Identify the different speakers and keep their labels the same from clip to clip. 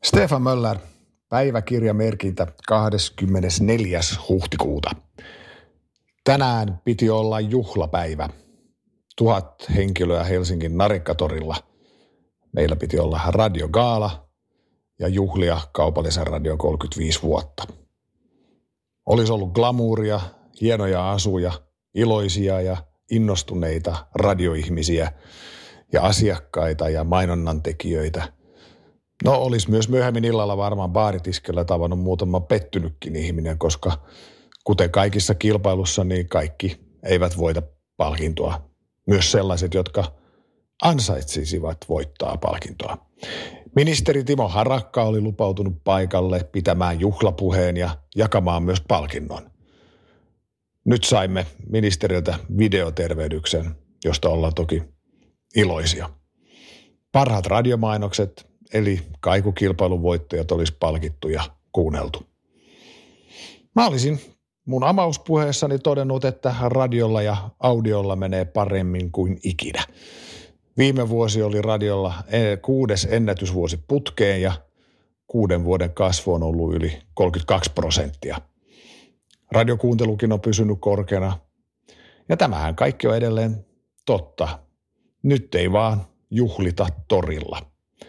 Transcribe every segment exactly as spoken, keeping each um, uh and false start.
Speaker 1: Stefan Möller, päiväkirjamerkintä kahdeskymmenesneljäs huhtikuuta. Tänään piti olla juhlapäivä. Tuhat henkilöä Helsingin Narikkatorilla. Meillä piti olla radiogaala ja juhlia kaupallisen radion kolmekymmentäviisi vuotta. Olisi ollut glamouria, hienoja asuja, iloisia ja innostuneita radioihmisiä ja asiakkaita ja mainonnan tekijöitä. No olisi myös myöhemmin illalla varmaan baaritiskellä tavannut muutama pettynytkin ihminen, koska kuten kaikissa kilpailussa, niin kaikki eivät voita palkintoa. Myös sellaiset, jotka ansaitsisivat voittaa palkintoa. Ministeri Timo Harakka oli lupautunut paikalle pitämään juhlapuheen ja jakamaan myös palkinnon. Nyt saimme ministeriltä videotervehdyksen, josta ollaan toki iloisia. Parhaat radiomainokset eli kaikukilpailun voittajat olisi palkittu ja kuunneltu. Mä olisin mun avauspuheessani todennut, että radiolla ja audiolla menee paremmin kuin ikinä. Viime vuosi oli radiolla kuudes ennätysvuosi putkeen ja kuuden vuoden kasvu on ollut yli kolmekymmentäkaksi prosenttia. Radiokuuntelukin on pysynyt korkeana ja tämähän kaikki on edelleen totta. Nyt ei vaan juhlita torilla.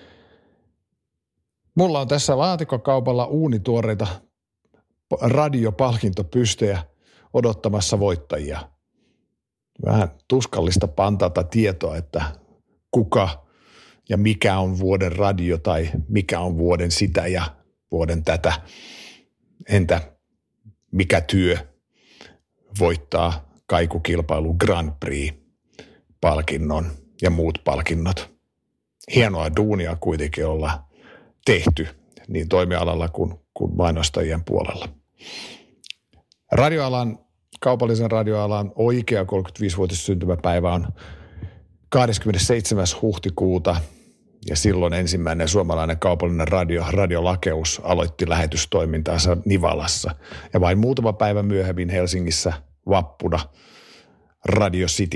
Speaker 1: Mulla on tässä laatikkokaupalla uunituoreita radiopalkintopystejä odottamassa voittajia. Vähän tuskallista pantata tietoa, että kuka ja mikä on vuoden radio tai mikä on vuoden sitä ja vuoden tätä. Entä mikä työ voittaa kaikukilpailu Grand Prix-palkinnon ja muut palkinnot. Hienoa duunia kuitenkin olla tehty niin toimialalla kuin, kuin mainostajien puolella. Radioalan, kaupallisen radioalan oikea kolmekymmentäviisivuotis syntymäpäivä on kahdeskymmenesseitsemäs huhtikuuta ja silloin ensimmäinen suomalainen kaupallinen radio, Radio Lakeus, aloitti lähetystoimintaansa Nivalassa. Ja vain muutama päivä myöhemmin Helsingissä vappuna Radio City.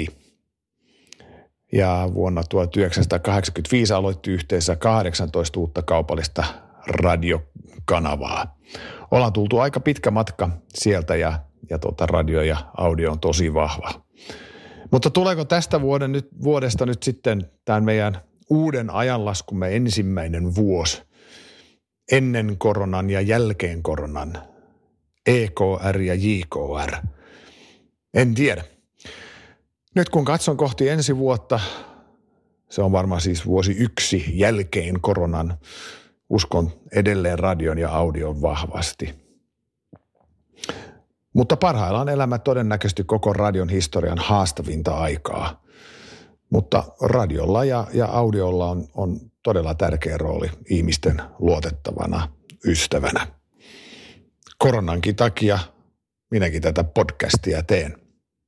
Speaker 1: Ja vuonna tuhatyhdeksänsataakahdeksankymmentäviisi aloitti yhteensä kahdeksantoista uutta kaupallista radiokanavaa. Ollaan tultu aika pitkä matka sieltä ja, ja tuota radio ja audio on tosi vahva. Mutta tuleeko tästä vuoden nyt, vuodesta nyt sitten tämän meidän uuden ajanlaskumme ensimmäinen vuosi ennen koronan ja jälkeen koronan? E K R ja J K R. En tiedä. Nyt kun katson kohti ensi vuotta, se on varmaan siis vuosi yksi jälkeen koronan, uskon edelleen radion ja audion vahvasti. Mutta parhaillaan elämä todennäköisesti koko radion historian haastavinta aikaa. Mutta radiolla ja, ja audiolla on, on todella tärkeä rooli ihmisten luotettavana ystävänä. Koronankin takia minäkin tätä podcastia teen.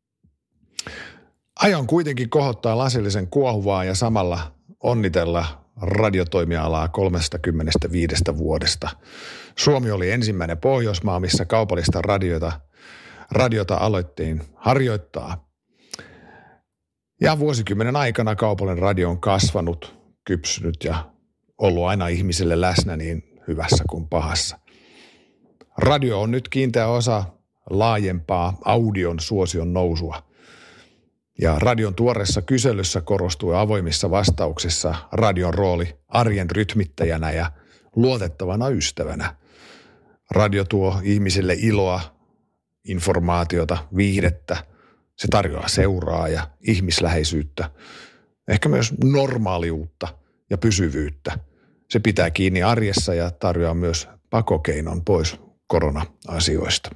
Speaker 1: Aion kuitenkin kohottaa lasillisen kuohuvaa ja samalla onnitella radiotoimialaa kolmekymmentäviisi vuodesta. Suomi oli ensimmäinen Pohjoismaa, missä kaupallista radiota, radiota aloittiin harjoittaa. Ja vuosikymmenen aikana kaupallinen radio on kasvanut, kypsynyt ja ollut aina ihmisille läsnä niin hyvässä kuin pahassa. Radio on nyt kiinteä osa laajempaa audion suosion nousua. Ja radion tuoreessa kyselyssä korostui avoimissa vastauksissa radion rooli arjen rytmittäjänä ja luotettavana ystävänä. Radio tuo ihmisille iloa, informaatiota, viihdettä. Se tarjoaa seuraa ja ihmisläheisyyttä, ehkä myös normaaliutta ja pysyvyyttä. Se pitää kiinni arjessa ja tarjoaa myös pakokeinon pois korona-asioista.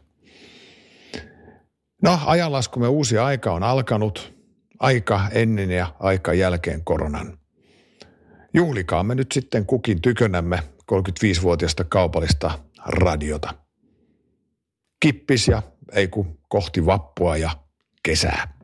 Speaker 1: No, ajanlaskumme uusi aika on alkanut, aika ennen ja aika jälkeen koronan. Juhlikaamme nyt sitten kukin tykönämme kolmekymmentäviisivuotiaista kaupallista radiota. Kippis ja ei kun kohti vappua ja kesää.